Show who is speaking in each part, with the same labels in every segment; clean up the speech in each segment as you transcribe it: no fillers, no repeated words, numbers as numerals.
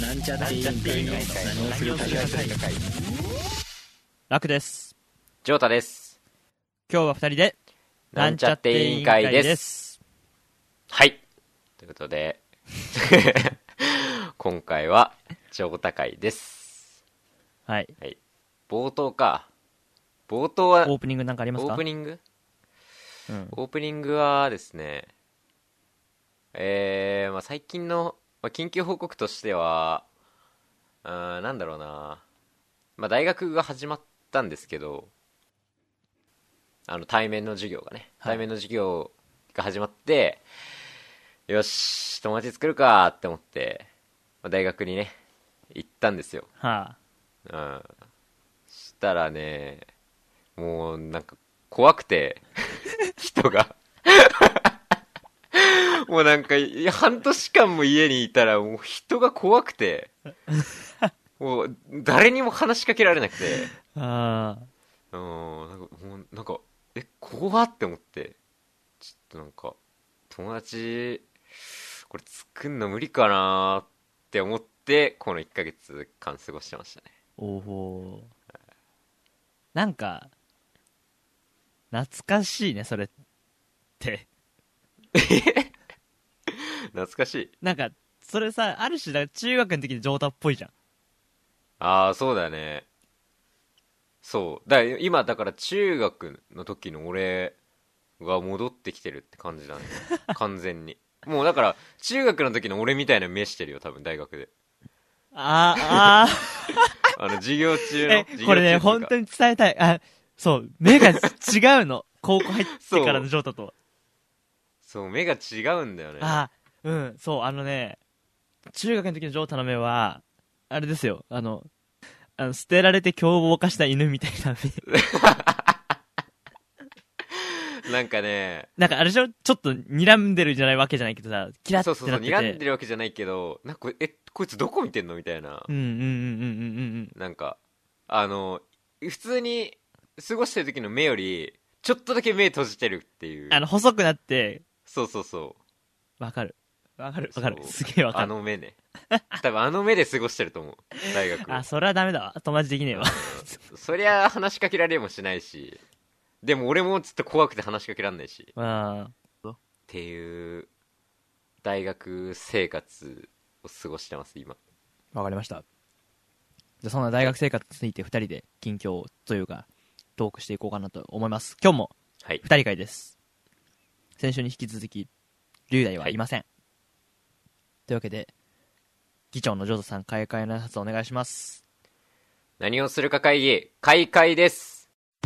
Speaker 1: なんちゃって委員会の何をするか会。
Speaker 2: 楽です。
Speaker 3: ジョータです。
Speaker 2: 今日は2人で
Speaker 3: なんちゃって委員会です。はい、ということで今回はジョータ会です。
Speaker 2: はい、
Speaker 3: はい、冒頭は
Speaker 2: オープニングなんかありますか？
Speaker 3: オープニングはですね、最近の、緊急報告としては、なんだろうな、大学が始まったんですけど、対面の授業がね、対面の授業が始まって、よし友達作るかって思って、大学にね行ったんですよ。したらね、もうなんか怖くて人がもうなんか半年間も家にいたらもう人が怖くてもう誰にも話しかけられなくてなんか怖って思って、ちょっとなんか友達これ作んの無理かなって思って、この1ヶ月間過ごしてましたね。
Speaker 2: おお、なんか懐かしいねそれって
Speaker 3: 懐かしい。
Speaker 2: なんかそれさ、ある種だ中学の時にジョータっぽいじゃん。
Speaker 3: ああ、そうだよね。そうだ、今だから中学の時の俺が戻ってきてるって感じだね完全に。もうだから中学の時の俺みたいな目してるよ多分大学で。授業中の
Speaker 2: これね本当に伝えたい。そう目が違うの高校入ってからのジョータと。
Speaker 3: そう目が違うんだよね。
Speaker 2: そう中学の時のジョータの目はあれですよ、捨てられて凶暴化した犬みたいな目
Speaker 3: なんかね、
Speaker 2: なんかあれでしょ、ちょっと睨んでるじゃないわけじゃないけどさ、キラッてなってて、
Speaker 3: そう睨んでるわけじゃないけど、なんかこいつどこ見てんのみたいな。なんか普通に過ごしてる時の目よりちょっとだけ目閉じてるっていう、
Speaker 2: 細くなって。
Speaker 3: そう
Speaker 2: わかるすげえわかる。
Speaker 3: 目ね多分目で過ごしてると思う大学。
Speaker 2: それはダメだわ、友達できねえわ
Speaker 3: そりゃ話しかけられもしないし、でも俺もちょっと怖くて話しかけられないしっていう大学生活を過ごしてます今。
Speaker 2: わかりました。じゃあそんな大学生活について2人で近況というかトークしていこうかなと思います。今日も2人会です、先週に引き続き龍大はいません、というわけで議長のジョータさん、開会の挨拶お願いします。
Speaker 3: 何をするか会議開会です。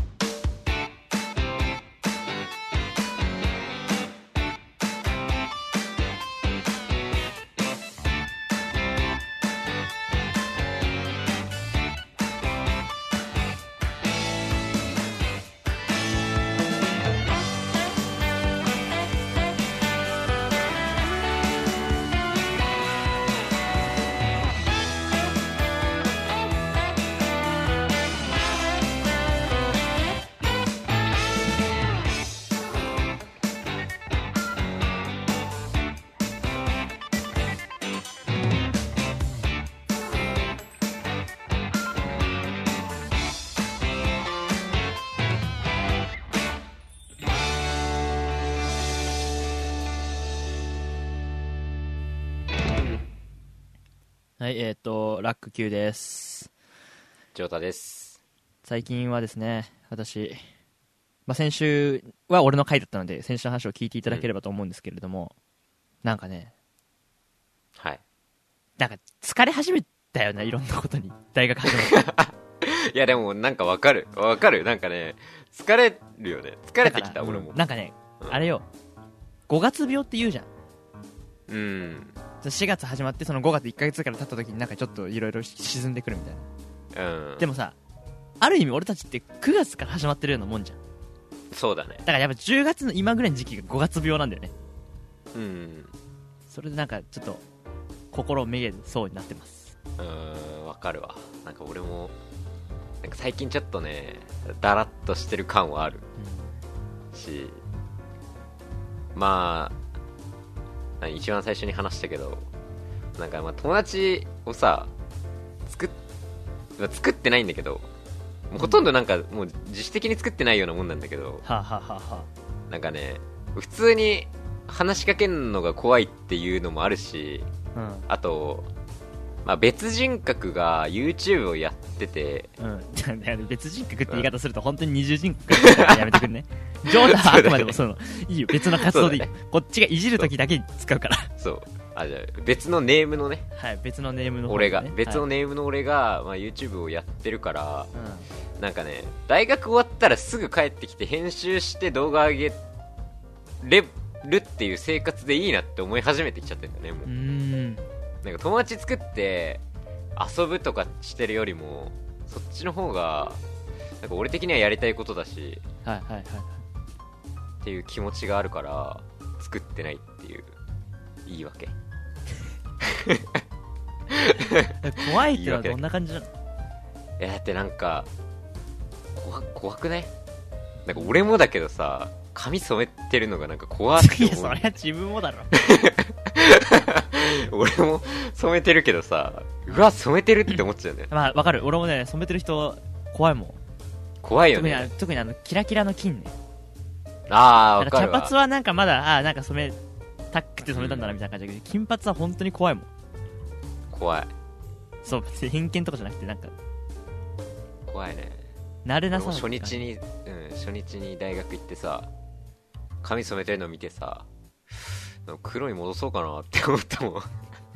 Speaker 2: はい、ラック Q です。
Speaker 3: ジョータです。
Speaker 2: 最近はですね、私、先週は俺の回だったので先週の話を聞いていただければと思うんですけれども、なんかね、なんか疲れ始めたよね、いろんなことに。大学始めて
Speaker 3: いやでもなんかわかるなんかね、疲れるよね。疲れてきた俺も。
Speaker 2: なんかね、あれよ、5月病って言うじゃん。4月始まってその5月1ヶ月から経った時になんかちょっといろいろ沈んでくるみたいな。でもさ、ある意味俺たちって9月から始まってるようなもんじゃん。
Speaker 3: そうだね。
Speaker 2: だからやっぱ10月の今ぐらいの時期が5月病なんだよね。それでなんかちょっと心をめげそうになってます。
Speaker 3: わかるわ。なんか俺もなんか最近ちょっとねだらっとしてる感はある、し、一番最初に話したけど、 なんかまあ友達をさ作ってないんだけど、もうほとんどなんかもう自主的に作ってないようなもんなんだけど、
Speaker 2: はあ、はあはあは
Speaker 3: なんかね普通に話しかけるのが怖いっていうのもあるし、あと、まあ、別人格が YouTube をやってて、
Speaker 2: 別人格って言い方すると本当に二重人格ってやめてくんね。ジョータはあくまでもそういうのいいよ、別の活動でいい、ね、こっちがいじるときだけに使うから。
Speaker 3: そう、あ、じゃあ別のネームのね、
Speaker 2: はい、別のネームの、ね、
Speaker 3: 俺が別のネームの俺が、まあ、YouTube をやってるから、なんかね大学終わったらすぐ帰ってきて編集して動画上げれるっていう生活でいいなって思い始めてきちゃってるんだね。もうなんか友達作って遊ぶとかしてるよりもそっちの方がなんか俺的にはやりたいことだし、
Speaker 2: はいはいはい、
Speaker 3: っていう気持ちがあるから作ってないっていう言い訳。
Speaker 2: 怖いってのはどんな感じなの？
Speaker 3: だってなんか怖くない？なんか俺もだけどさ、髪染めてるのがなんか怖って思う。
Speaker 2: いや、そりゃ自分もだろ。
Speaker 3: 俺も染めてるけどさ、うわ染めてるって思っちゃうね。
Speaker 2: まあわかる、俺もね染めてる人怖いもん。
Speaker 3: 怖いよね。
Speaker 2: 特にキラキラの金ね。
Speaker 3: ああ、わかるわ。
Speaker 2: 茶髪はなんかまだなんか染めたくて染めたんだなみたいな感じだけど、金髪は本当に怖いもん。
Speaker 3: 怖い。
Speaker 2: そう、偏見とかじゃなくてなんか
Speaker 3: 怖いね。
Speaker 2: 慣れなさ
Speaker 3: 初日に大学行ってさ、髪染めてるの見てさ、黒に戻そうかなって思ったもん。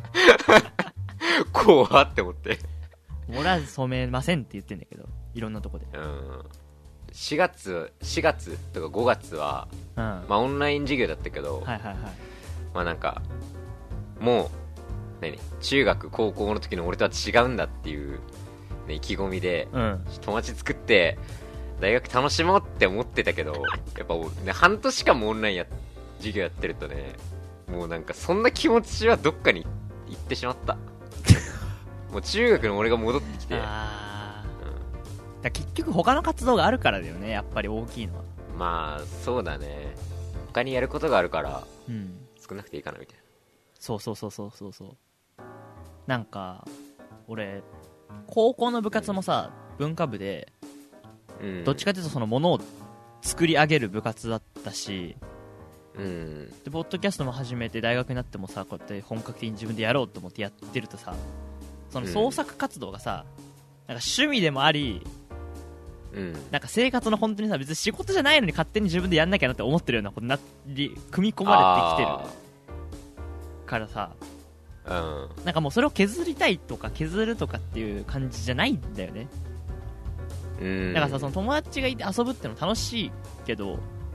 Speaker 3: 怖って思って。
Speaker 2: 俺は染めませんって言ってんだけど、いろんなとこで。
Speaker 3: 4月とか5月は、まあオンライン授業だったけど、
Speaker 2: はいはいはい、
Speaker 3: まあなんかもう中学高校の時の俺とは違うんだっていう、ね、意気込みで、友達作って大学楽しもうって思ってたけど、やっぱ、ね、半年間もオンライン授業やってるとね、もうなんかそんな気持ちはどっかに行ってしまった。もう中学の俺が戻ってきて、
Speaker 2: だ結局他の活動があるからだよね、やっぱり大きいのは。
Speaker 3: まあそうだね、他にやることがあるから、少なくていいかなみたいな。
Speaker 2: そうなんか俺高校の部活もさ文化部で、どっちかというとそのものを作り上げる部活だったし、でポッドキャストも始めて大学になってもさ、こうやって本格的に自分でやろうと思ってやってるとさ、その創作活動がさ、なんか趣味でもあり、なんか生活の本当にさ、別に仕事じゃないのに勝手に自分でやんなきゃなって思ってるようなことに組み込まれてきてるからさ、なんかもうそれを削りたいとか削るとかっていう感じじゃないんだよね。だからさ、その友達がいて遊ぶっての楽しいけど、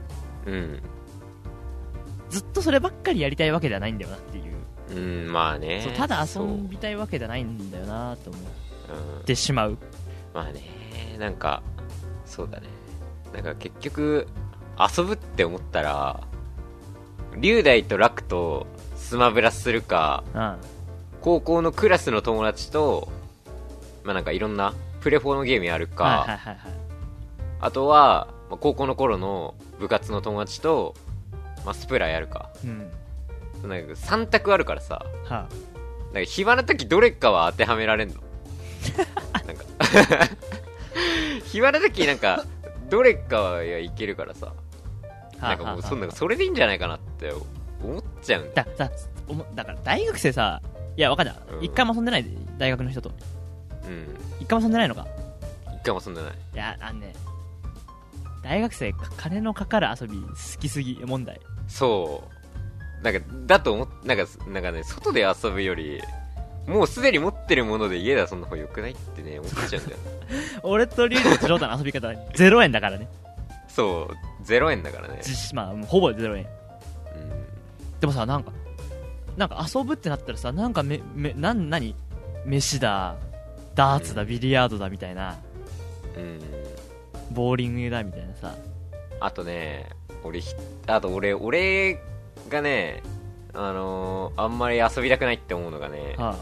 Speaker 2: ずっとそればっかりやりたいわけではないんだよなっていう。
Speaker 3: まあね、
Speaker 2: そう、ただ遊びたいわけじゃないんだよなと思ってしまう。
Speaker 3: まあね、なんかそうだね、なんか結局遊ぶって思ったら龍大と楽とスマブラするか、高校のクラスの友達とまあなんかいろんなプレフォのゲームやるか、あとは、まあ、高校の頃の部活の友達と、まあ、スプラやるか、なんか3択あるからさ、なんか暇な時どれかは当てはめられんの。なんか暇な時なんかどれかはいけるからさ、なんかもうそれでいいんじゃないかなって思っちゃうんだ。
Speaker 2: だから大学生さ、いやわかんない、一回も遊んでないで、大学の人と。一回も遊んでないのか。
Speaker 3: 一回も遊んでない。
Speaker 2: いや、大学生金のかかる遊び好きすぎ問題。
Speaker 3: そうなんかだと思っなんかね、外で遊ぶよりもうすでに持ってるもので家で遊んだ方がよくないってね思っちゃうんだよ。
Speaker 2: 俺とリュウジとジロータの遊び方は0円だからね。
Speaker 3: そう0円だからね、
Speaker 2: まあほぼ0円。でもさ、なんか遊ぶってなったらさ、なんか何飯だ、ダーツだ、ビリヤードだみたいな、ボーリングだみたいなさ。
Speaker 3: あとね、俺がね、あんまり遊びたくないって思うのがね、ま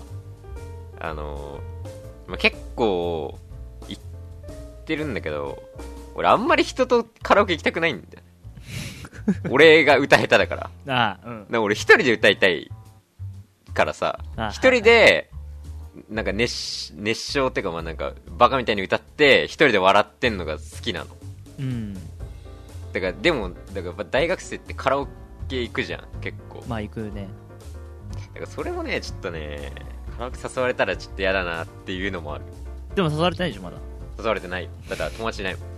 Speaker 3: あ、結構行ってるんだけど、俺あんまり人とカラオケ行きたくないんだよ。俺が歌下手だから。だから俺一人で歌いたいからさ、
Speaker 2: あ
Speaker 3: 一人でなんか熱唱っていうか、まあなんかバカみたいに歌って一人で笑ってんのが好きなの。
Speaker 2: うん。
Speaker 3: だからでもだからやっぱ大学生ってカラオケ行くじゃん結構。
Speaker 2: まあ行くね。
Speaker 3: だからそれもねちょっとね、カラオケ誘われたらちょっと嫌だなっていうのもある。
Speaker 2: でも誘われてないでしょまだ。
Speaker 3: 誘われてない。だから友達いないもん。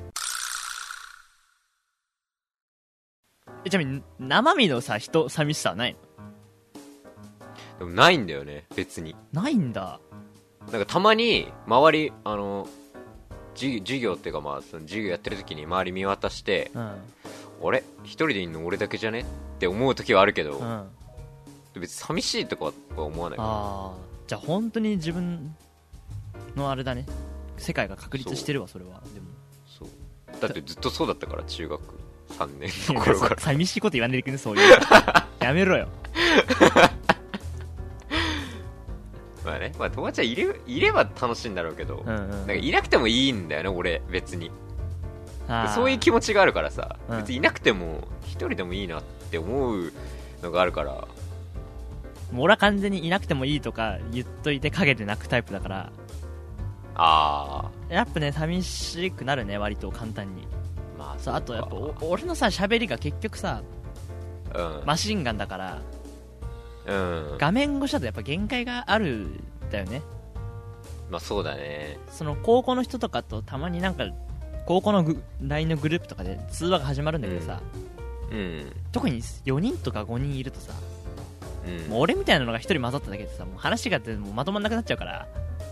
Speaker 2: ちなみに生身のさ人寂しさはないの？
Speaker 3: でもないんだよね別に。
Speaker 2: ないんだ。
Speaker 3: なんかたまに周り授業っていうか、まあその授業やってる時に周り見渡して、
Speaker 2: うん、
Speaker 3: 俺一人でいんの俺だけじゃねって思う時はあるけど、
Speaker 2: うん、
Speaker 3: 別に寂しいとかは思わない。
Speaker 2: ああ、じゃあ本当に自分のあれだね、世界が確立してるわ。それはでも
Speaker 3: そうだってずっとそうだったから、中学3年の頃から
Speaker 2: 寂しいこと言わんでいくね、そういうやめろよ
Speaker 3: まあね、まあ友達はいれば楽しいんだろうけど、
Speaker 2: うんうん、
Speaker 3: なんかいなくてもいいんだよね俺別に。
Speaker 2: あ
Speaker 3: そういう気持ちがあるからさ、
Speaker 2: うん、
Speaker 3: 別にいなくても一人でもいいなって思うのがあるから。も
Speaker 2: う俺は完全にいなくてもいいとか言っといて陰で泣くタイプだから。
Speaker 3: ああ、
Speaker 2: やっぱね寂しくなるね割と簡単に。
Speaker 3: まあ
Speaker 2: そう、あとやっぱ俺のさ喋りが結局さ、
Speaker 3: うん、
Speaker 2: マシンガンだから、
Speaker 3: うん、
Speaker 2: 画面越しだとやっぱ限界があるんだよね。
Speaker 3: まあそうだね。
Speaker 2: その高校の人とかとたまになんか高校のLINE のグループとかで通話が始まるんだけどさ、
Speaker 3: うん、特
Speaker 2: に4人とか5人いるとさ、
Speaker 3: うん、
Speaker 2: もう俺みたいなのが1人混ざっただけでさ、もう話がもうまとまんなくなっちゃうから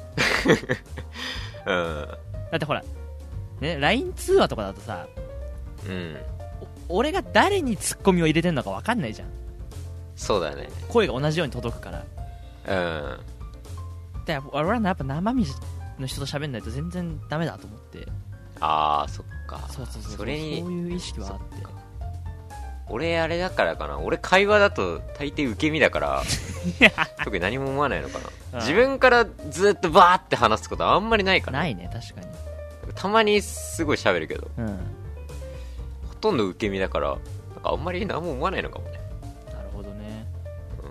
Speaker 3: うん、
Speaker 2: だってほらね、LINE 通話とかだとさ、
Speaker 3: うん、
Speaker 2: 俺が誰にツッコミを入れてんのか分かんないじゃん。
Speaker 3: そうだね、
Speaker 2: 声が同じように届くから。
Speaker 3: うん、
Speaker 2: で俺はやっぱ生身の人と喋んないと全然ダメだと思って。
Speaker 3: ああそっか。
Speaker 2: そう
Speaker 3: それに
Speaker 2: そういう意識はあって。
Speaker 3: 俺あれだからかな、俺会話だと大抵受け身だから特に何も思わないのかな。自分からずっとバーって話すことはあんまりないから
Speaker 2: ないね。確かに
Speaker 3: たまにすごい喋るけど、
Speaker 2: うん、
Speaker 3: ほとんど受け身だから、なんかあんまり何も思わないのかもね。
Speaker 2: なるほどね、
Speaker 3: うん、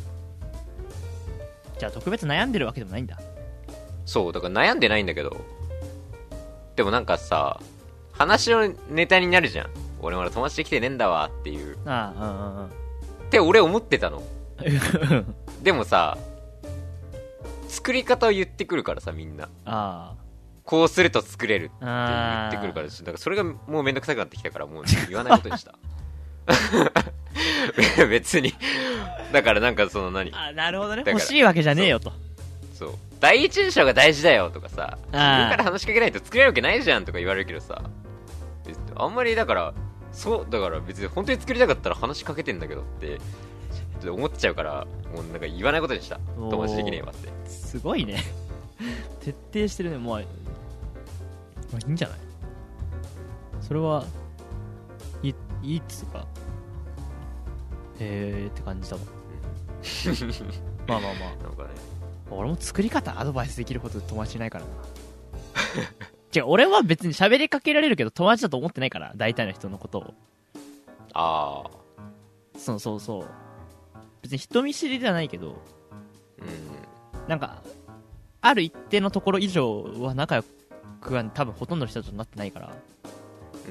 Speaker 2: じゃあ特別悩んでるわけでもないんだ。
Speaker 3: そうだから悩んでないんだけど、でもなんかさ話のネタになるじゃん。俺まだ友達できてねえんだわっていう、
Speaker 2: ああ、うんうんうん、
Speaker 3: って俺思ってたのでもさ作り方を言ってくるからさ、みんなこうすると作れるって言ってくるから、だからそれがもうめんどくさくなってきたから、もう言わないことにした別にだからなんかその何、
Speaker 2: あ、なるほどね、欲しいわけじゃねえよと。
Speaker 3: そう第一印象が大事だよとかさ、自分から話しかけないと作れるわけないじゃんとか言われるけどさ、あんまりだからだから別に本当に作りたかったら話しかけてんだけどって思っちゃうから、もうなんか言わないことにした。友達できねえわって。
Speaker 2: すごいね徹底してるね。もう、まあ、いいんじゃない、それはいいっつうか、へーって感じだもんまあまあまあ、
Speaker 3: なんかね、
Speaker 2: 俺も作り方アドバイスできるほど友達いないからな違う、俺は別に喋りかけられるけど友達だと思ってないから、大体の人のことを。
Speaker 3: ああ、
Speaker 2: そうそうそう、別に人見知りではないけど、
Speaker 3: うん、
Speaker 2: なんかある一定のところ以上は仲良くは多分ほとんどの人となってないから。
Speaker 3: うん、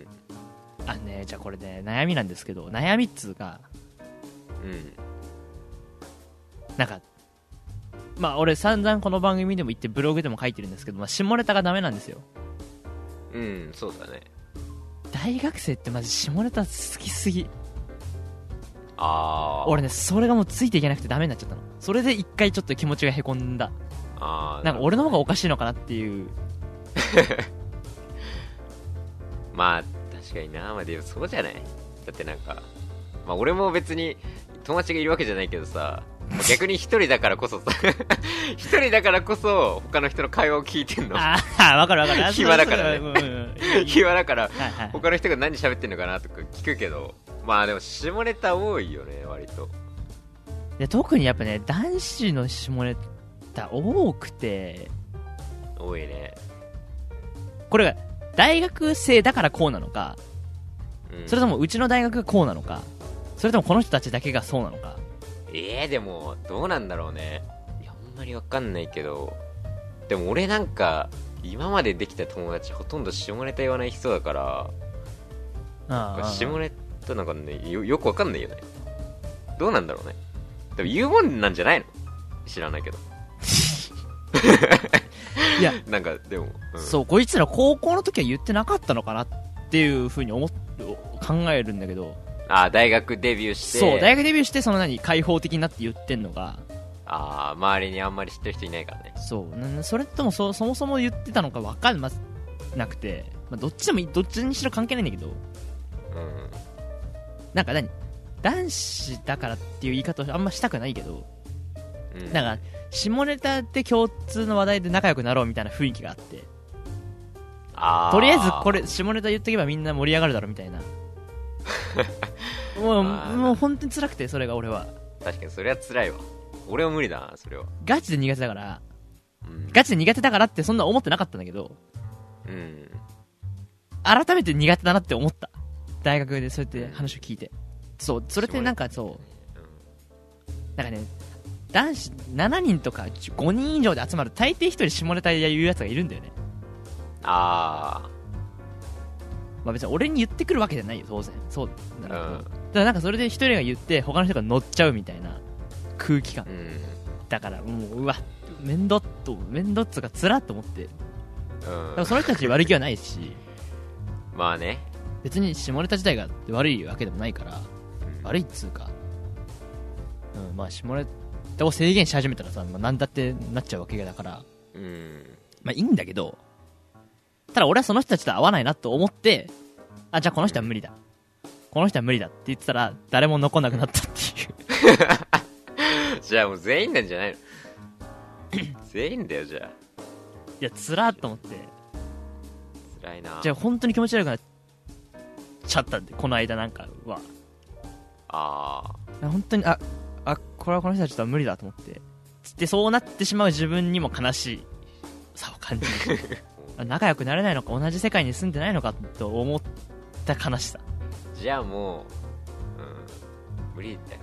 Speaker 2: あね、じゃあこれね悩みなんですけど、悩みっつうか、
Speaker 3: うん、
Speaker 2: なんかまあ俺散々この番組でも言ってブログでも書いてるんですけど、まあ、下ネタがダメなんですよ。
Speaker 3: うん、そうだね。
Speaker 2: 大学生ってマジ下ネタ好きすぎ。
Speaker 3: ああ、
Speaker 2: 俺ねそれがもうついていけなくてダメになっちゃったの。それで一回ちょっと気持ちがへこんだ。
Speaker 3: あ、
Speaker 2: なんか俺の方がおかしいのかなっていう
Speaker 3: まあ確かにな。まあでもそうじゃない。だってなんか、まあ俺も別に友達がいるわけじゃないけどさ、逆に一人だからこそさ一人だからこそ他の人の会話を聞いてんの。
Speaker 2: ああ、わかるわかる。
Speaker 3: 暇だからね、暇だから、
Speaker 2: はいはい、
Speaker 3: 他の人が何喋ってんのかなとか聞くけど、まあでも下ネタ多いよね割と。
Speaker 2: で特にやっぱね男子の下ネタ多くて。
Speaker 3: 多いね。
Speaker 2: これが大学生だからこうなのか、
Speaker 3: うん、
Speaker 2: それともうちの大学がこうなのか、それともこの人たちだけがそうなのか。
Speaker 3: でもどうなんだろうね。いやあんまりわかんないけど、でも俺なんか今までできた友達ほとんど下ネタ言わない人だから、下ネタなんかね よくわかんないよね。どうなんだろうね。でも言うもんなんじゃないの？知らないけど
Speaker 2: いや
Speaker 3: なんかでも、
Speaker 2: そうこいつら高校の時は言ってなかったのかなっていう風に考えるんだけど、
Speaker 3: 大学デビューして、
Speaker 2: そう大学デビューしてその開放的になって言ってんのが、
Speaker 3: 周りにあんまり知ってる人いないからね。
Speaker 2: そうそれともそもそも言ってたのか分かんなくて、どっちにしろ関係ないんだけど、なんか男子だからっていう言い方をあんましたくないけど、なんか下ネタで共通の話題で仲良くなろうみたいな雰囲気があって、とりあえずこれ下ネタ言っとけばみんな盛り上がるだろうみたいなもう本当に辛くて、それが俺は
Speaker 3: 確かにそれは辛いわ。俺は無理だな、それは。
Speaker 2: ガチで苦手だから、ガチで苦手だからってそんな思ってなかったんだけど、改めて苦手だなって思った。大学でそうやって話を聞いて、そうそれってなんかなんかね、男子7人とか5人以上で集まる大抵1人下ネタ言うやつがいるんだよね。別に俺に言ってくるわけじゃないよ当然。そうだから、だからなんかそれで1人が言って他の人が乗っちゃうみたいな空気感、だからもう面倒っつうかつらっと思って、だからその人たちに悪気はないし、
Speaker 3: まあね、
Speaker 2: 別に下ネタ自体が悪いわけでもないから、悪いっつうか、下ネタを制限し始めたらさ、なんだってなっちゃうわけだから、いいんだけど、ただ俺はその人たちと合わないなと思って、じゃあこの人は無理だ、この人は無理だって言ってたら誰も残んなくなったっていう
Speaker 3: じゃあもう全員なんじゃないの全員だよ。じゃあ
Speaker 2: いやつらーっと思って、
Speaker 3: 辛いな。
Speaker 2: じゃあ本当に気持ち悪くなっちゃったんで、この間なんかは本当にこれはこの人たちとは無理だと思ってつって、そうなってしまう自分にも悲しいさを感じる仲良くなれないのか、同じ世界に住んでないのかと思った悲しさ。
Speaker 3: じゃあもう、無理だよ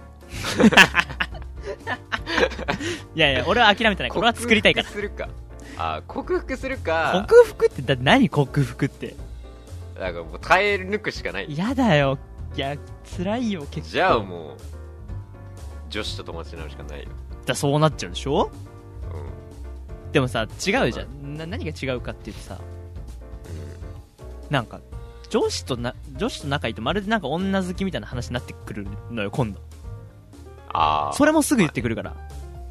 Speaker 2: いや俺は諦めてない。これは作りたいから。
Speaker 3: 克服するか。
Speaker 2: 克服って何？克服って
Speaker 3: だからもう耐え抜くしかない。
Speaker 2: やだよ。いや辛いよ結構。
Speaker 3: じゃあもう女子と友達になるしかないよ。
Speaker 2: そうなっちゃうでしょ。でもさ違うじゃん、何が違うかって言ってさ、なんか女子と仲いいとまるでなんか女好きみたいな話になってくるのよ今度。それもすぐ言ってくるから、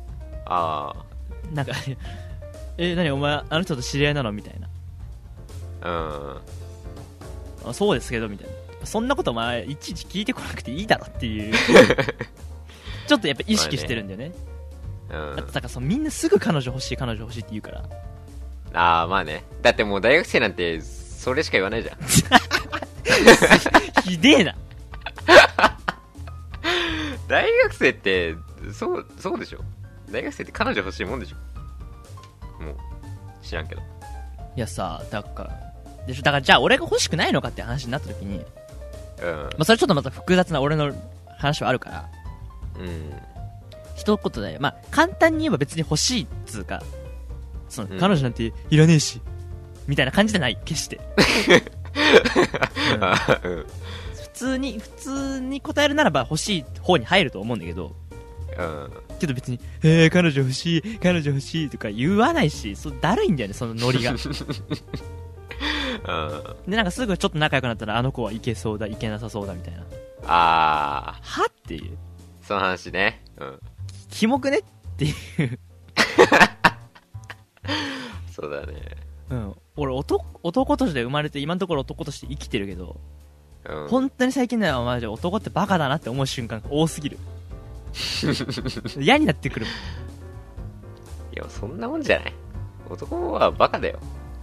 Speaker 2: なんか何お前あの人と知り合いなのみたいな。そうですけどみたいな。そんなことお前いちいち聞いてこなくていいだろっていうちょっとやっぱ意識してるんだよね。だってさ、みんなすぐ彼女欲しいって言うから。
Speaker 3: まあね。だってもう大学生なんてそれしか言わないじゃん
Speaker 2: ひでえな
Speaker 3: 大学生ってそうでしょ。大学生って彼女欲しいもんでしょ。もう知らんけど。
Speaker 2: いやさ、だからじゃあ俺が欲しくないのかって話になった時に、それちょっとまた複雑な俺の話はあるから、一言で、簡単に言えば別に欲しいっつうか、彼女なんていらねえしみたいな感じじゃない、決して普通に答えるならば欲しい方に入ると思うんだけど、けど別に彼女欲しいとか言わないし、だるいんだよね、そのノリがでなんかすぐちょっと仲良くなったらあの子はいけそうだいけなさそうだみたいな、はっていう
Speaker 3: その話ね。
Speaker 2: キモくねっていう
Speaker 3: そうだね。
Speaker 2: 俺男として生まれて今のところ男として生きてるけど、本当に最近だよマジで男ってバカだなって思う瞬間が多すぎる嫌になってくるもん。
Speaker 3: いやそんなもんじゃない。男はバカだよ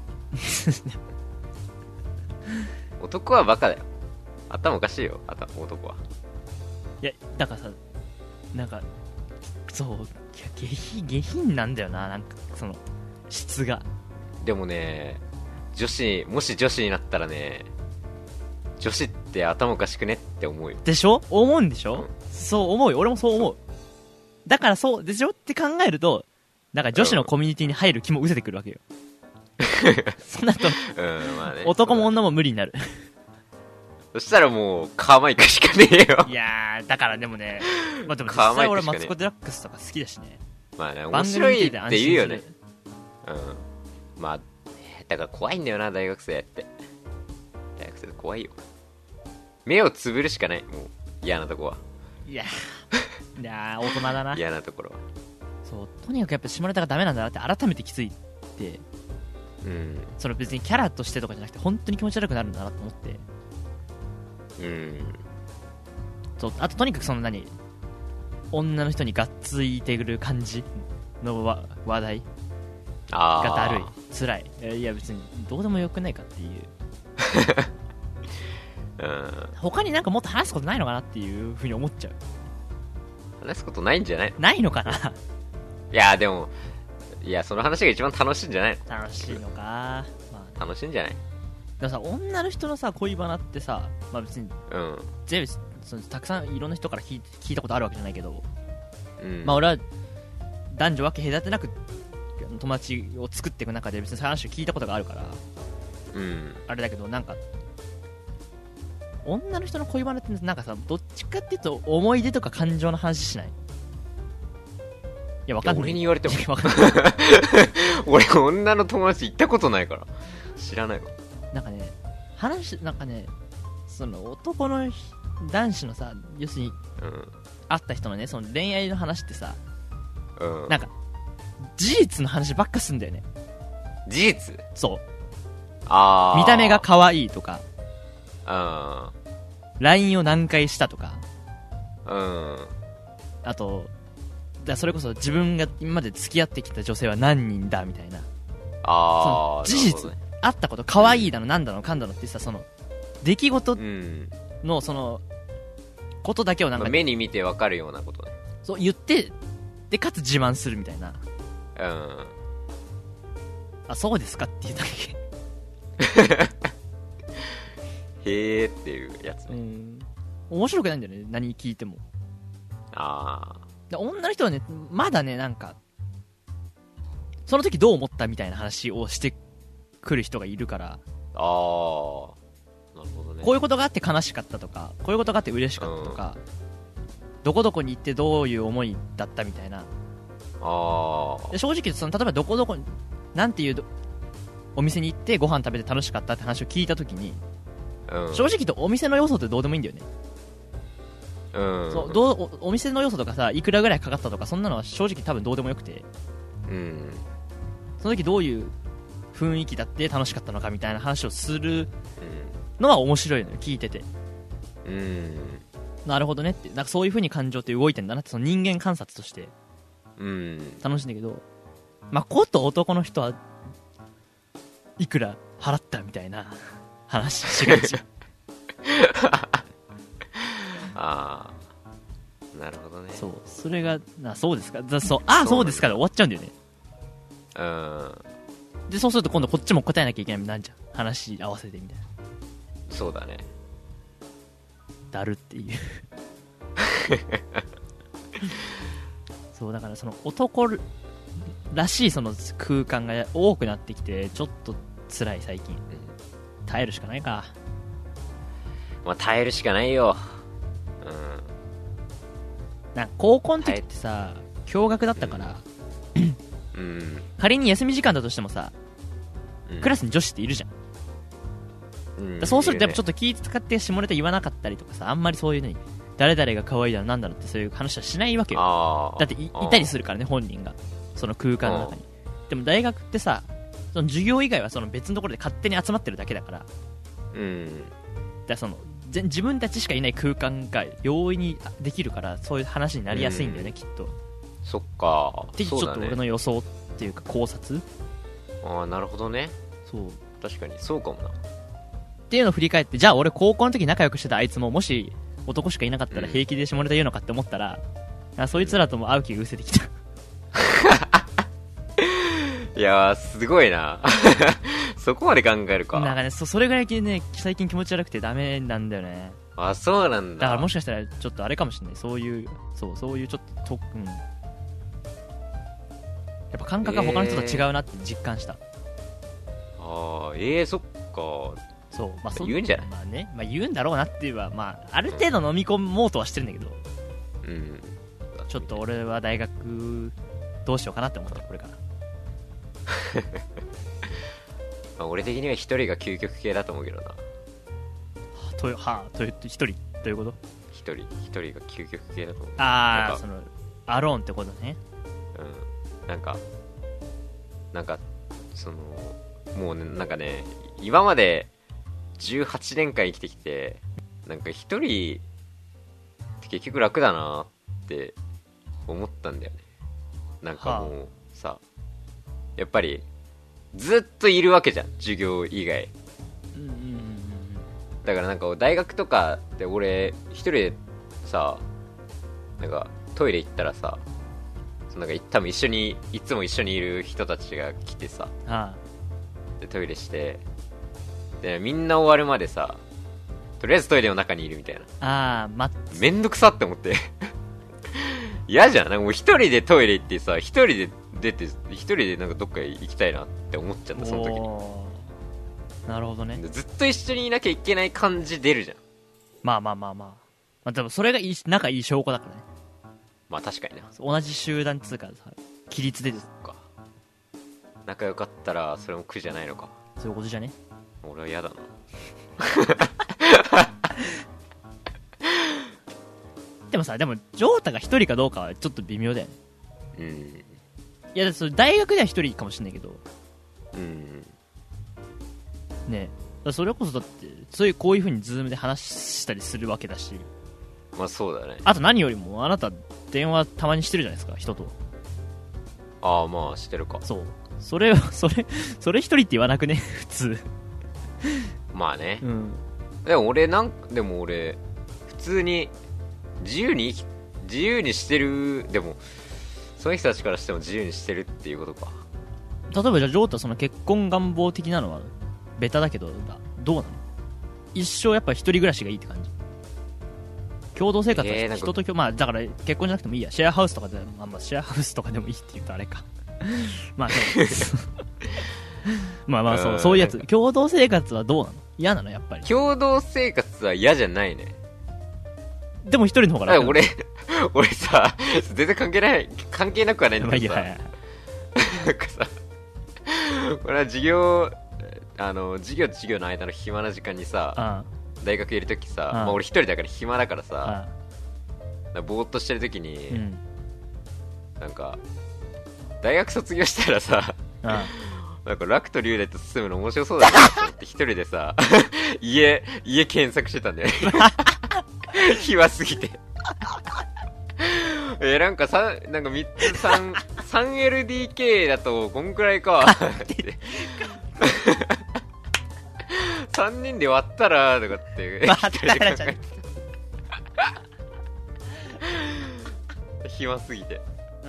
Speaker 3: 男はバカだよ。頭おかしいよ男は。
Speaker 2: いやだからさ、なんかそう下品なんだよな、なんかその質が。
Speaker 3: でもね、もし女子になったらね、女子って頭おかしくねって思うよ。
Speaker 2: でしょ、思うんでしょ、そう思うよ。俺もそう思う。 だからそうでしょって考えると、なんか女子のコミュニティに入る気も失せてくるわけよ。そんなと、
Speaker 3: まあね、
Speaker 2: 男も女も無理になる。
Speaker 3: そしたらもうカーマイクしかねえよ。
Speaker 2: いやー、だからでもね、まあでも実際俺マツコ・デラックスとか好きだしね。
Speaker 3: まあね、面白いって言うよね。まあだから怖いんだよな、大学生って。大学生怖いよ。目をつぶるしかない、もう嫌なとこは。いや
Speaker 2: ー大人だな。
Speaker 3: 嫌なところは。
Speaker 2: そう、とにかくやっぱ下ネタがダメなんだなって改めて気づいて、その別にキャラとしてとかじゃなくて本当に気持ち悪くなるんだなと思って、そう、あととにかくその女の人にがっついてくる感じの話題がだるい、辛い。いや別にどうでもよくないかっていう他になんかもっと話すことないのかなっていうふうに思っちゃう。
Speaker 3: 話すことないんじゃない？
Speaker 2: ないのかな。
Speaker 3: いやでも、いやその話が一番楽しいんじゃないの？
Speaker 2: 楽しいのか、ま
Speaker 3: あ、楽しいんじゃない？
Speaker 2: でもさ、女の人のさ恋バナってさ、まあ別に、全部そのたくさんいろんな人から聞いたことあるわけじゃないけど、まあ俺は男女分け隔てなく友達を作っていく中で別にそういう話を聞いたことがあるから、あれだけど、なんか女の人の恋バナってなんかさ、どっちかっていうと思い出とか感情の話しない？いやわかんない。
Speaker 3: 俺に言われてもわかんない俺女の友達行ったことないから知らないわ。
Speaker 2: なんかね、なんかね、その男の男子のさ、要するに、会った人のね、その恋愛の話ってさ、なんか事実の話ばっかすんだよね。
Speaker 3: 事実？
Speaker 2: そう。見た目が可愛いとか、LINE を何回したとか、あとそれこそ自分が今まで付き合ってきた女性は何人だみたいな、その事実、あったこと、可愛いだのなんだのかんだのってさ、その出来事のそのことだけをなんか、
Speaker 3: 目に見て分かるようなことね。
Speaker 2: そう言ってでかつ自慢するみたいな。あ、そうですかっていうだ
Speaker 3: けへーっていうやつね。
Speaker 2: 面白くないんだよね、何聞いても。女の人はね、まだね、なんかその時どう思ったみたいな話をしてくる人がいるから、なるほどね。こういうことがあって悲しかったとか、こういうことがあって嬉しかったとか、どこどこに行ってどういう思いだったみたいな。で正直その例えばどこどこなんていうお店に行ってご飯食べて楽しかったって話を聞いた時に、正直言うとお店の要素ってどうでもいいんだよね。そうお店の要素とかさ、いくらぐらいかかったとか、そんなのは正直多分どうでもよくて、その時どういう雰囲気だって楽しかったのかみたいな話をするのは面白いのよ、聞いてて。なるほどねって、なんかそういう風に感情って動いてんだなって、その人間観察として楽しいんだけど、まあこと男の人はいくら払ったみたいな話しがち。
Speaker 3: なるほどね。
Speaker 2: そう、それがそうですか、そうですかで終わっちゃうんだよね。でそうすると今度こっちも答えなきゃいけないなんじゃん、話合わせてみたいな。
Speaker 3: そうだね、
Speaker 2: だるっていうそうだからその男らしいその空間が多くなってきてちょっと辛い最近。耐えるしかないか。
Speaker 3: まあ耐えるしかないよ。
Speaker 2: なんか高校の時ってさ、共学だったから、仮に休み時間だとしてもさ、クラスに女子っているじゃん。そうするとやっぱちょっと気使って下ネタ言わなかったりとかさ、あんまりそういうのに誰々が可愛いだろなんだろってそういう話はしないわけよ。だって いたりするからね、本人がその空間の中に。でも大学ってさ、その授業以外はその別のところで勝手に集まってるだけだから、だその自分たちしかいない空間が容易にできるから、そういう話になりやすいんだよね、きっと。
Speaker 3: そっか
Speaker 2: ってちょっと俺の予想っていうか考察。
Speaker 3: なるほどね。
Speaker 2: そう
Speaker 3: 確かにそうかもな
Speaker 2: っていうのを振り返って、じゃあ俺高校の時仲良くしてたあいつももし男しかいなかったら平気で下ネタ言うのかって思ったら、そいつらとも会う気が失せてきた
Speaker 3: いやーすごいなそこまで考えるか。
Speaker 2: なんかね、それぐらいね最近気持ち悪くてダメなんだよね。
Speaker 3: そうなんだ。
Speaker 2: だからもしかしたらちょっとあれかもしれない、そういうちょっと感覚が他の人と違うなって実感した、
Speaker 3: ああそっか。
Speaker 2: そう、まあ、
Speaker 3: 言うんじゃない。
Speaker 2: まあね、まあ、言うんだろうなっていうは、まあ、ある程度飲み込もうとはしてるんだけど、
Speaker 3: うん、
Speaker 2: ちょっと俺は大学どうしようかなって思ってるこれから
Speaker 3: まあ俺的には一人が究極系だと思うけどな。
Speaker 2: 一人ということ？
Speaker 3: 一人が究極系だと思う。
Speaker 2: ああ、そのアローンってことね。
Speaker 3: うん、なんかそのもうね、なんかね、今まで18年間生きてきて、なんか一人って結局楽だなって思ったんだよね。なんかもうさ、やっぱりずっといるわけじゃん、授業以外。だからなんか大学とかで俺一人でさ、なんかトイレ行ったらさ、なんか多分いつも一緒にいる人たちが来てさ、でトイレして、でみんな終わるまでさ、とりあえずトイレの中にいるみたいな。めんどくさって思って嫌じゃん。なんかもう一人でトイレ行ってさ、一人で出て、一人でなんかどっか行きたいなって思っちゃった、その時に。
Speaker 2: なるほどね。
Speaker 3: ずっと一緒にいなきゃいけない感じ出るじゃん。
Speaker 2: まあでもそれが仲いい証拠だからね。
Speaker 3: まあ確かにね。
Speaker 2: 同じ集団つうかさ、規律で
Speaker 3: か、仲良かったらそれも苦じゃないのか。
Speaker 2: そういうことじゃね。
Speaker 3: 俺は嫌だな
Speaker 2: でもさ、ジョータが一人かどうかはちょっと微妙だよね。
Speaker 3: うん。
Speaker 2: いや、それ大学では一人かもしれないけど、ねえ、それこそだってこういう風にズームで話したりするわけだし。
Speaker 3: まあそうだね。
Speaker 2: あと何よりもあなた電話たまにしてるじゃないですか、人と。
Speaker 3: ああ、まあしてるか。
Speaker 2: そう、それ一人って言わなくね普通。
Speaker 3: まあね、
Speaker 2: うん、
Speaker 3: でも俺普通に自由にしてる。でもその人たちからしても自由にしてるっていうことか。
Speaker 2: 例えばじゃあジョータ、その結婚願望的なのはベタだけどどうなの？一生やっぱ一人暮らしがいいって感じ？共同生活は人とまあだから結婚じゃなくてもいいや、シェアハウスとかで、まあシェアハウスとかでもいいって言うとあれかまあまあそういうやつ。共同生活はどうなの？嫌なの？やっぱり
Speaker 3: 共同生活は嫌じゃないね。
Speaker 2: でも一人の方が楽。
Speaker 3: 俺さ、全然関係なくはないんだけどさ、なんかさ、俺は授業の間の暇な時間にさ、大学いるときさ、まあ、俺一人だから暇だからさ、ぼーっとしてるときに、なんか大学卒業したらさ、なんか楽と龍大と進むの面白そうだなと思って一人でさ家検索してたんだよね暇すぎてなんか3つ 3LDK だとこんくらいかって3人で割ったらとかって一人で考えてた暇すぎて。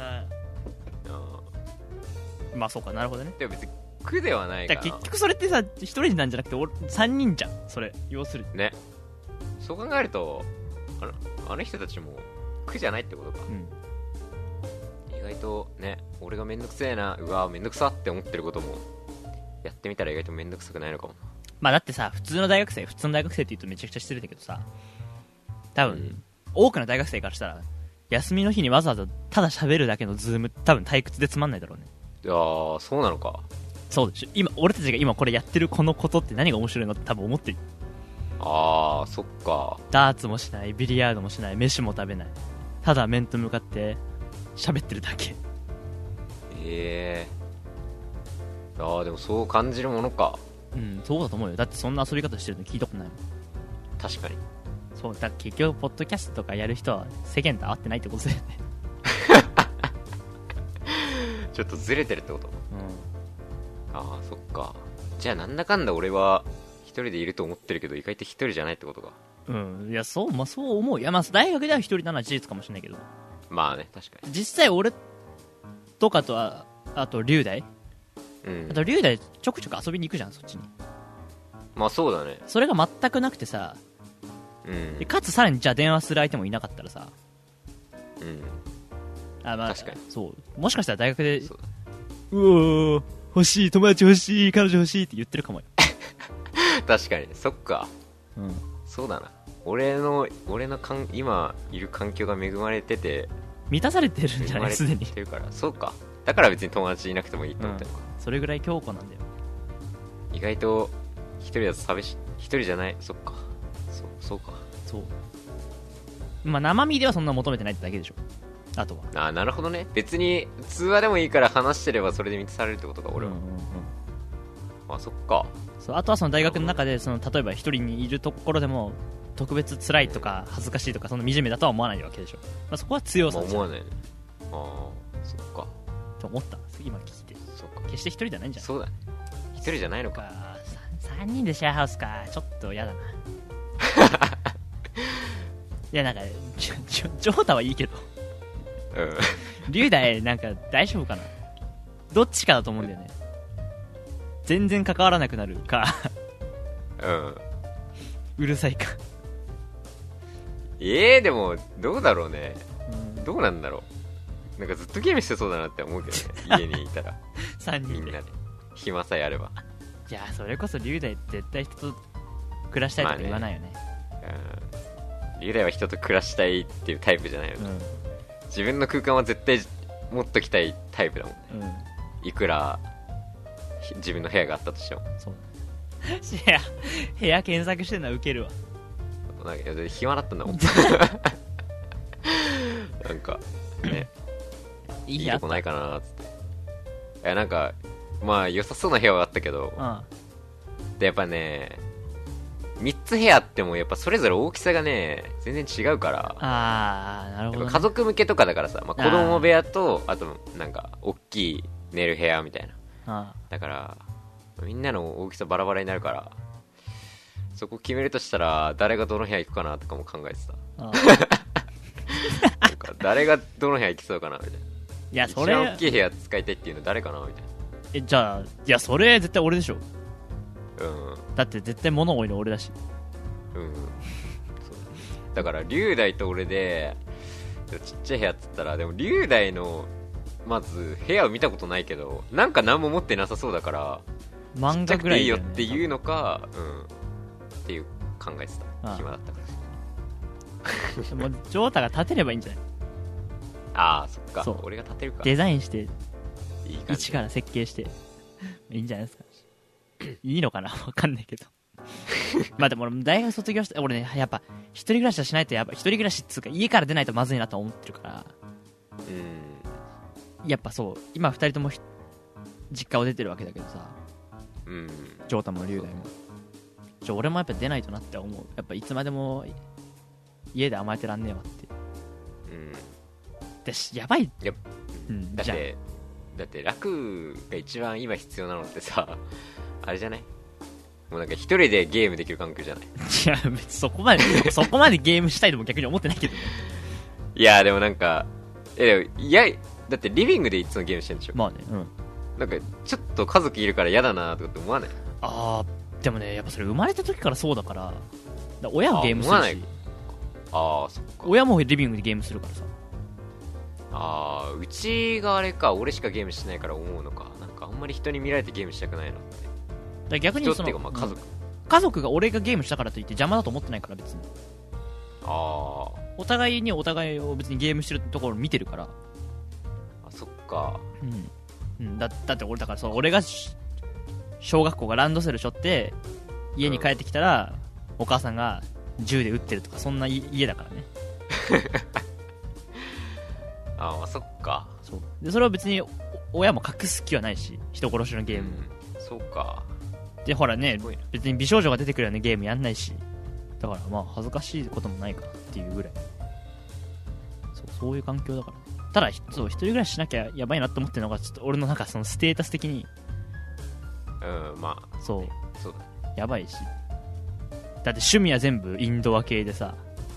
Speaker 2: まあそうか、なるほどね。
Speaker 3: でも別に苦ではないかな。
Speaker 2: 結局それってさ、一人なんじゃなくて3人じゃん、それ要するに
Speaker 3: ね。そう考えるとあの人たちも苦じゃないってことか、意外とね、俺がめんどくせえな、めんどくさって思ってることもやってみたら意外とめんどくさくないのかも。
Speaker 2: まあだってさ、普通の大学生って言うとめちゃくちゃ失礼だけどさ、多分、多くの大学生からしたら休みの日にわざわざただ喋るだけのズーム多分退屈でつまんないだろうね。
Speaker 3: いやー、そうなのか。
Speaker 2: そうでしょ。俺たちが今これやってるこのことって何が面白いのって多分思ってる。
Speaker 3: あー、そっか。
Speaker 2: ダーツもしない、ビリヤードもしない、飯も食べない、ただ面と向かって喋ってるだけ。
Speaker 3: でもそう感じるものか。
Speaker 2: そうだと思うよ。だってそんな遊び方してるの聞いたことないもん。
Speaker 3: 確かに。
Speaker 2: そうだ、結局ポッドキャストとかやる人は世間と合ってないってことだよね
Speaker 3: ちょっとずれてるってこと？ああ、そっか。じゃあなんだかんだ俺は一人でいると思ってるけど意外と一人じゃないってことか。
Speaker 2: いや、そう思う。いや、まあ大学では一人なのは事実かもしれないけど、
Speaker 3: まあね、確かに。
Speaker 2: 実際俺とかとあと龍大、あと龍大ちょくちょく遊びに行くじゃん、そっちに。
Speaker 3: まあそうだね。
Speaker 2: それが全くなくてさ、かつさらにじゃあ電話する相手もいなかったらさ、まあ、
Speaker 3: 確かに。
Speaker 2: そう、もしかしたら大学でうおー欲しい、友達欲しい、彼女欲しいって言ってるかもよ。
Speaker 3: 確かにそっか、
Speaker 2: うん、
Speaker 3: そうだな。俺の今いる環境が恵まれてて、
Speaker 2: 満たされてるんじゃないすでに。
Speaker 3: てるから、そうか。だから別に友達いなくてもいいと思ってるのか、
Speaker 2: それぐらい強固なんだよ。
Speaker 3: 意外と一人だと寂しい。一人じゃない。そっか。そうか。
Speaker 2: そう。まあ生身ではそんな求めてないってだけでしょ。あとは。
Speaker 3: あ、なるほどね。別に通話でもいいから話してればそれで満たされるってことか、俺は。あ、そっか。
Speaker 2: そう、あとはその大学の中でその例えば一人にいるところでも特別辛いとか恥ずかしいとかその惨めだとは思わないわけでしょ。まあ、そこは強さじゃん。
Speaker 3: 思わないね。ああ、そっか。
Speaker 2: と思った。今聞いて。
Speaker 3: そっか。
Speaker 2: 決して一人じゃないんじゃない。
Speaker 3: そうだね。一人じゃないのか。
Speaker 2: 3人でシェアハウスか、ちょっと嫌だな。いやなんかジョータはいいけど、龍大なんか大丈夫かな。どっちかだと思うんだよね。全然関わらなくなるかうるさいか。
Speaker 3: でもどうだろうね、どうなんだろう。なんかずっとゲームしてそうだなって思うけどね。家にいたら
Speaker 2: 3人で
Speaker 3: みんなで暇さえあれば。
Speaker 2: いやそれこそ龍大絶対人と暮らしたいとか言わないよね。
Speaker 3: 龍大は人と暮らしたいっていうタイプじゃないよね、自分の空間は絶対持っときたいタイプだもんね、いくら自分の部屋があったとしても。そう部屋検索してるのはウケるわ。なんか暇だったんだもんなんかねいいとこないかなーっつって。なんかまあ良さそうな部屋はあったけど、でやっぱね3つ部屋あってもやっぱそれぞれ大きさがね全然違うから、
Speaker 2: なるほど、ね、
Speaker 3: 家族向けとかだからさ、まあ、子供部屋とあとなんか大きい寝る部屋みたいな、だからみんなの大きさバラバラになるから、そこ決めるとしたら誰がどの部屋行くかなとかも考えてた。なんか誰がどの部屋行きそうかなみたいな。いやそれ一番大きい部屋使いたいっていうの誰かなみたいな。
Speaker 2: じゃあいやそれ絶対俺でしょ。だって絶対物多いの俺だし。そう
Speaker 3: だから龍大と俺でちっちゃい部屋っつったら、でも龍大のまず部屋を見たことないけどなんか何も持ってなさそうだから、
Speaker 2: 漫画ぐらい、
Speaker 3: いいよっていうのか、っていう考えてた。暇だったから
Speaker 2: でもジョータが建てればいいんじゃない。
Speaker 3: ああそっか、俺が建てるか。
Speaker 2: デザインして
Speaker 3: いい
Speaker 2: 一から設計していいんじゃないですか。いいのかなわかんないけどまあでも俺大学卒業して俺ねやっぱ一人暮らしはしないと、やっぱ一人暮らしっつうか家から出ないとまずいなと思ってるから、やっぱそう今二人とも実家を出てるわけだけどさ、ジョータも龍大も俺もやっぱ出ないとなって思う。やっぱいつまでも家で甘えてらんねえわって。やばい。
Speaker 3: だって楽が一番今必要なのってさ、あれじゃない？もうなんか一人でゲームできる環境じゃない？
Speaker 2: いや別にそこまでゲームしたいとも逆に思ってないけどね。
Speaker 3: いやでもなんかだってリビングでいつもゲームしてるんでしょ。
Speaker 2: まあね、
Speaker 3: なんかちょっと家族いるから嫌だなとかって思わない？
Speaker 2: でもねやっぱそれ生まれた時からそうだから、親もゲームするし、
Speaker 3: そっか。
Speaker 2: 親もリビングでゲームするからさ。
Speaker 3: うちがあれか、俺しかゲームしてないから思うのか。なんかあんまり人に見られてゲームしたくないなって。
Speaker 2: 逆にその家族が俺がゲームしたからといって邪魔だと思ってないから別に。お互いを別にゲームしてるところ見てるから。
Speaker 3: そっか。
Speaker 2: だって俺が小学校がランドセル背負って家に帰ってきたら、お母さんが銃で撃ってるとかそんな家だからね
Speaker 3: そっか。
Speaker 2: でそれは別に親も隠す気はないし、人殺しのゲーム、
Speaker 3: そうか。
Speaker 2: でほらね別に美少女が出てくるようなゲームやんないし、だからまあ恥ずかしいこともないかっていうぐらい、そういう環境だから、ね、ただ一人暮らししなきゃやばいなって思ってるのがちょっと俺のなんかそのステータス的にそうだやばいし、だって趣味は全部インドア系でさ、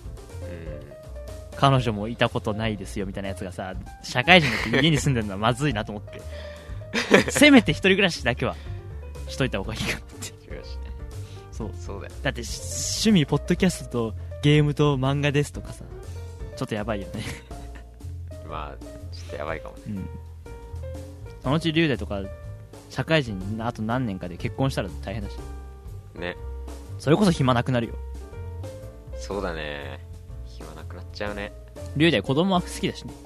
Speaker 2: 彼女もいたことないですよみたいなやつがさ、社会人になって家に住んでるのはまずいなと思ってせめて一人暮らしだけはしといた方がいいかなってそうだよ。だって趣味ポッドキャストとゲームと漫画ですとかさ、ちょっとやばいよね
Speaker 3: まあちょっとやばいかもね、
Speaker 2: そのうち龍大とか社会人あと何年かで結婚したら大変だし
Speaker 3: ね。
Speaker 2: それこそ暇なくなるよ。
Speaker 3: そうだね、暇なくなっちゃうね。
Speaker 2: 龍大子供は好きだしね。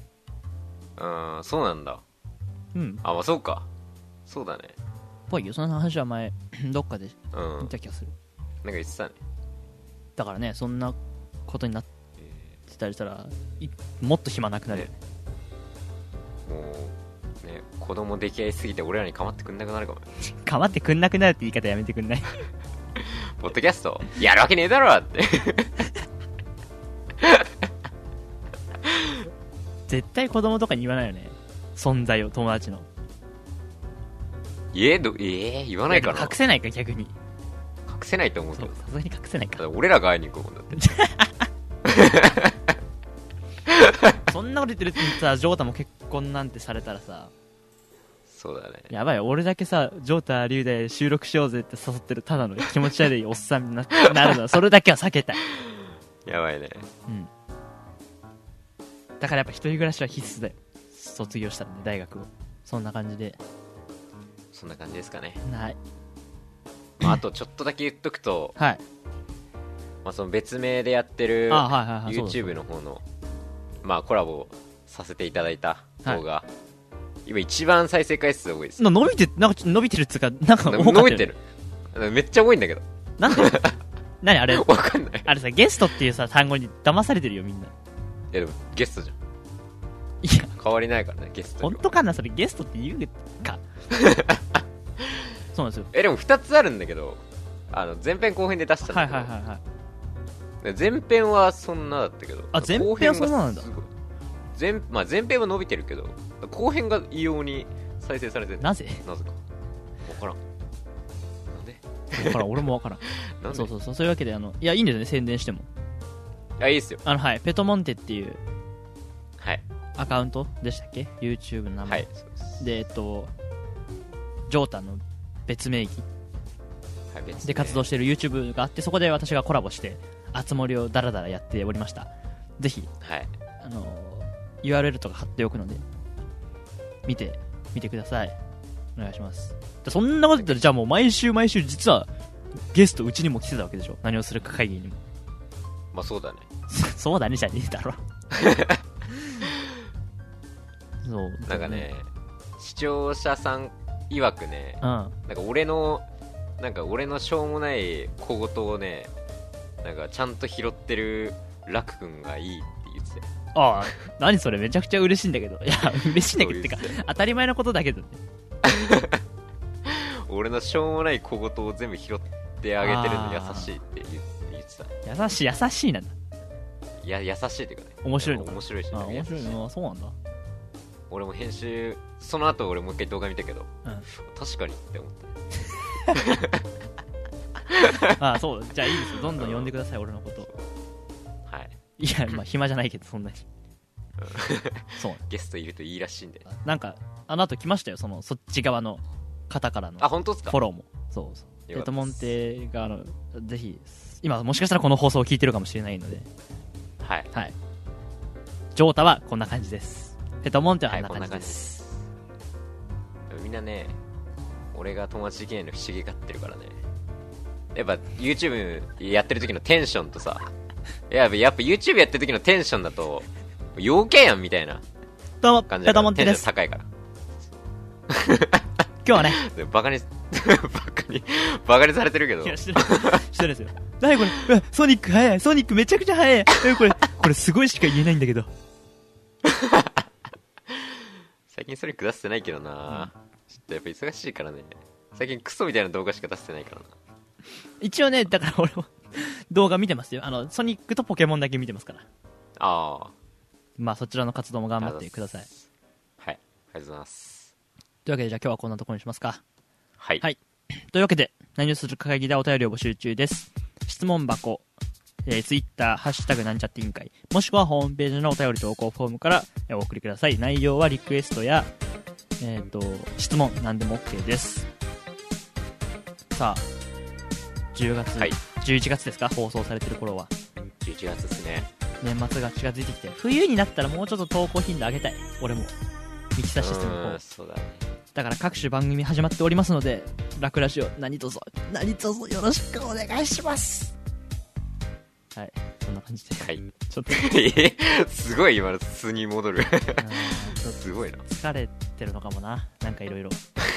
Speaker 3: そうなんだ。
Speaker 2: うん。
Speaker 3: あ、まあそうか。そうだね。
Speaker 2: ぽいよ、その話は前どっかで
Speaker 3: うん。
Speaker 2: 見た気がする。
Speaker 3: なんか言ってたね。
Speaker 2: だからね、そんなことになってたりしたらもっと暇なくなるよね。
Speaker 3: もうね、子供出来合いすぎて俺らに構ってくんなくなるかも。
Speaker 2: 構ってくんなくなるって言い方やめてくんない？
Speaker 3: ポッドキャストやるわけねえだろって
Speaker 2: 絶対子供とかに言わないよね、存在を。友達の
Speaker 3: 言わないかな。
Speaker 2: 隠せないか、逆に。
Speaker 3: 隠せないと思うけど、
Speaker 2: さすがに隠せないか。
Speaker 3: 俺らが会いに行くもんだって
Speaker 2: そんなこと言ってるってさ、ジョータも結婚なんてされたらさ、
Speaker 3: そうだね。
Speaker 2: やばいよ。俺だけさ、ジョータ龍大収録しようぜって誘ってるただの気持ち悪いおっさんになるのはそれだけは避けたい。
Speaker 3: やばいね。
Speaker 2: うん。だからやっぱ一人暮らしは必須だよ、卒業したらね、大学を。そんな感じで。
Speaker 3: そんな感じですかね。
Speaker 2: はい。
Speaker 3: まあ、あとちょっとだけ言っとくと、
Speaker 2: はい。
Speaker 3: まあ、その別名でやってる
Speaker 2: はいはいはい、
Speaker 3: YouTube の方のまあコラボさせていただいた動画、今一番再生回数多いです。
Speaker 2: 伸びてるっつうか、なんか多かったよね。
Speaker 3: 伸びてる。めっちゃ多いんだけど。
Speaker 2: なんで何あれ
Speaker 3: わかんない。
Speaker 2: あれさ、ゲストっていうさ、単語に騙されてるよ、みんな。
Speaker 3: いやでもゲストじゃん。
Speaker 2: いや、
Speaker 3: 変わりないからね、ゲスト。
Speaker 2: 本当かな、それゲストって言うか。そうなんですよ。
Speaker 3: でも2つあるんだけど、前編後編で出したんだけど、
Speaker 2: はいはいはいはい。
Speaker 3: 前編はそんなだったけど、
Speaker 2: あ、前編はそんななんだ。
Speaker 3: まあ、前編は伸びてるけど、後編が異様に再生されてる。
Speaker 2: なぜ
Speaker 3: か分からん。なんで
Speaker 2: 分からん、俺も分からん。
Speaker 3: なんで
Speaker 2: そういうわけで、いや、いいんですよね、宣伝しても。
Speaker 3: いいっすよ。
Speaker 2: はい、ペトモンテっていう
Speaker 3: はい
Speaker 2: アカウントでしたっけ、 YouTube の名前。
Speaker 3: はい、そう
Speaker 2: です。で、ジョータの別名義で活動している YouTube があって、そこで私がコラボしてあつ森をダラダラやっておりました。ぜひ、
Speaker 3: はい、
Speaker 2: URL とか貼っておくので見てください。お願いします。そんなこと言ったら、じゃあもう毎週実はゲストうちにも来てたわけでしょ、何をするか会議にも。
Speaker 3: まあそうだね
Speaker 2: そうだねじゃねえだろそう
Speaker 3: なんかね、視聴者さん曰くね、なんか俺のしょうもない小言をね、なんかちゃんと拾ってるラク君がいいって言ってて。
Speaker 2: ああ、何それ、めちゃくちゃ嬉しいんだけど。いや、嬉しいんだけどってか、当たり前のことだけどね。
Speaker 3: 俺のしょうもない小言を全部拾ってあげてるの優しいって言ってた。
Speaker 2: 優しいなんだ。
Speaker 3: いや、優しいっていうかね、
Speaker 2: 面白いの。
Speaker 3: 面白いし、
Speaker 2: 面白いの。そうなんだ。
Speaker 3: 俺も編集、その後俺もう一回動画見たけど、確かにって思った
Speaker 2: そう、じゃあいいですよ、どんどん呼んでください、俺のこと。
Speaker 3: はい。
Speaker 2: いや、まあ暇じゃないけど、そんなに。そう。
Speaker 3: ゲストいるといいらしいんで。
Speaker 2: なんか、あの後来ましたよ、そっち側の方からの。
Speaker 3: 本当ですか？
Speaker 2: フォローも。そう。ペトモンテが、ぜひ、今もしかしたらこの放送を聞いてるかもしれないので。
Speaker 3: はい。
Speaker 2: はい。ジョータはこんな感じです。ペトモンテはこんな感じです。
Speaker 3: みんなね、俺が友達できないの不思議がってるからね。やっぱ YouTube やってる時のテンションとさ、やっぱ YouTube やってる時のテンションだと陽キャやんみたいな感じだから。
Speaker 2: ペトモンテです。
Speaker 3: テンション高いから
Speaker 2: 今日はね
Speaker 3: バカにされてるけど。
Speaker 2: いや、してないですよ。何これ、ソニック速い、ソニックめちゃくちゃ速い、これすごいしか言えないんだけど
Speaker 3: 最近ソニック出してないけどな、ちょっとやっぱ忙しいからね。最近クソみたいな動画しか出してないからな。
Speaker 2: 一応ね、だから俺も動画見てますよ。ソニックとポケモンだけ見てますから。まあそちらの活動も頑張ってください。
Speaker 3: はい、ありがとうございます。
Speaker 2: というわけで、じゃあ今日はこんなところにしますか。
Speaker 3: はい、
Speaker 2: はい、というわけで、何をするか会議でお便りを募集中です。質問箱、Twitter、ハッシュタグなんちゃって委員会、もしくはホームページのお便り投稿フォームからお送りください。内容はリクエストや、質問何でも OK です。さあ、10月、11月ですか、放送されてる頃は。
Speaker 3: 11月ですね。
Speaker 2: 年末が近づいてきて、冬になったらもうちょっと投稿頻度上げたい。俺もミキサーシステムの方。
Speaker 3: そうだね。
Speaker 2: だから各種番組始まっておりますので、ラクラジオ何卒よろしくお願いします。はい、そんな感じで。
Speaker 3: はい。
Speaker 2: ちょっと
Speaker 3: すごい今の素に戻る。すごいな。
Speaker 2: 疲れてるのかもな、なんかいろいろ。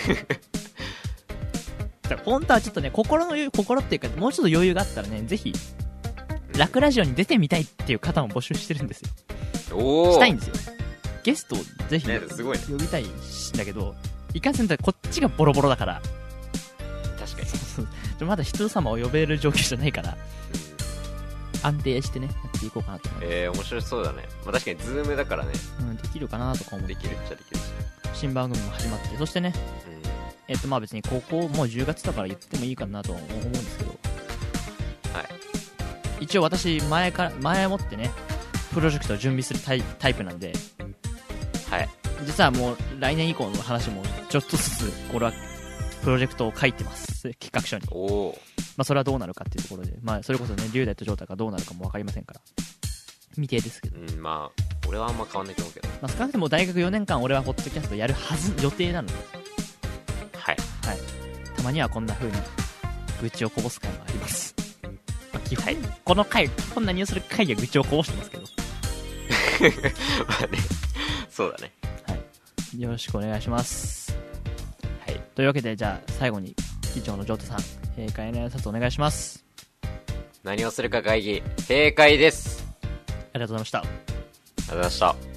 Speaker 2: 本当はちょっとね、心っていうか、もうちょっと余裕があったらね、ぜひラクラジオに出てみたいっていう方も募集してるんですよ。したいんですよ。ゲストをぜひ、
Speaker 3: すごいね、
Speaker 2: 呼びたいんだけど、いかんせんこっちがボロボロだから。
Speaker 3: 確かに。
Speaker 2: そうまだ人様を呼べる状況じゃないから、安定してね、やっていこうかなと思います。
Speaker 3: 面白そうだね。まあ確かにズームだからね。
Speaker 2: できるかなとか思って。
Speaker 3: できるっちゃできるし。
Speaker 2: 新番組も始まって、そしてね、まあ別にここもう10月だから言ってもいいかなと思うんですけど、
Speaker 3: はい。
Speaker 2: 一応私前もってね、プロジェクトを準備するタイプなんで、
Speaker 3: はい。
Speaker 2: 実はもう来年以降の話もちょっとずつ俺はプロジェクトを書いてます、企画書に。まあそれはどうなるかっていうところで、まあそれこそね、龍大とジョータがどうなるかも分かりませんから未定ですけど、
Speaker 3: まあ俺はあんま変わんないと思うけど、
Speaker 2: まあ少なくとも大学4年間俺はポッドキャストやるはず予定なので、
Speaker 3: はい
Speaker 2: はい、たまにはこんな風に愚痴をこぼす回もあります。まあ、基本、この回、こんなニュースする回は愚痴をこぼしてますけど。
Speaker 3: まあね、そうだね。
Speaker 2: はい。よろしくお願いします。
Speaker 3: はい。
Speaker 2: というわけで、じゃあ最後に議長のジョータさん、閉会の挨拶お願いします。
Speaker 3: 何をするか会議、閉会です。
Speaker 2: ありがとうございました。
Speaker 3: ありがとうございました。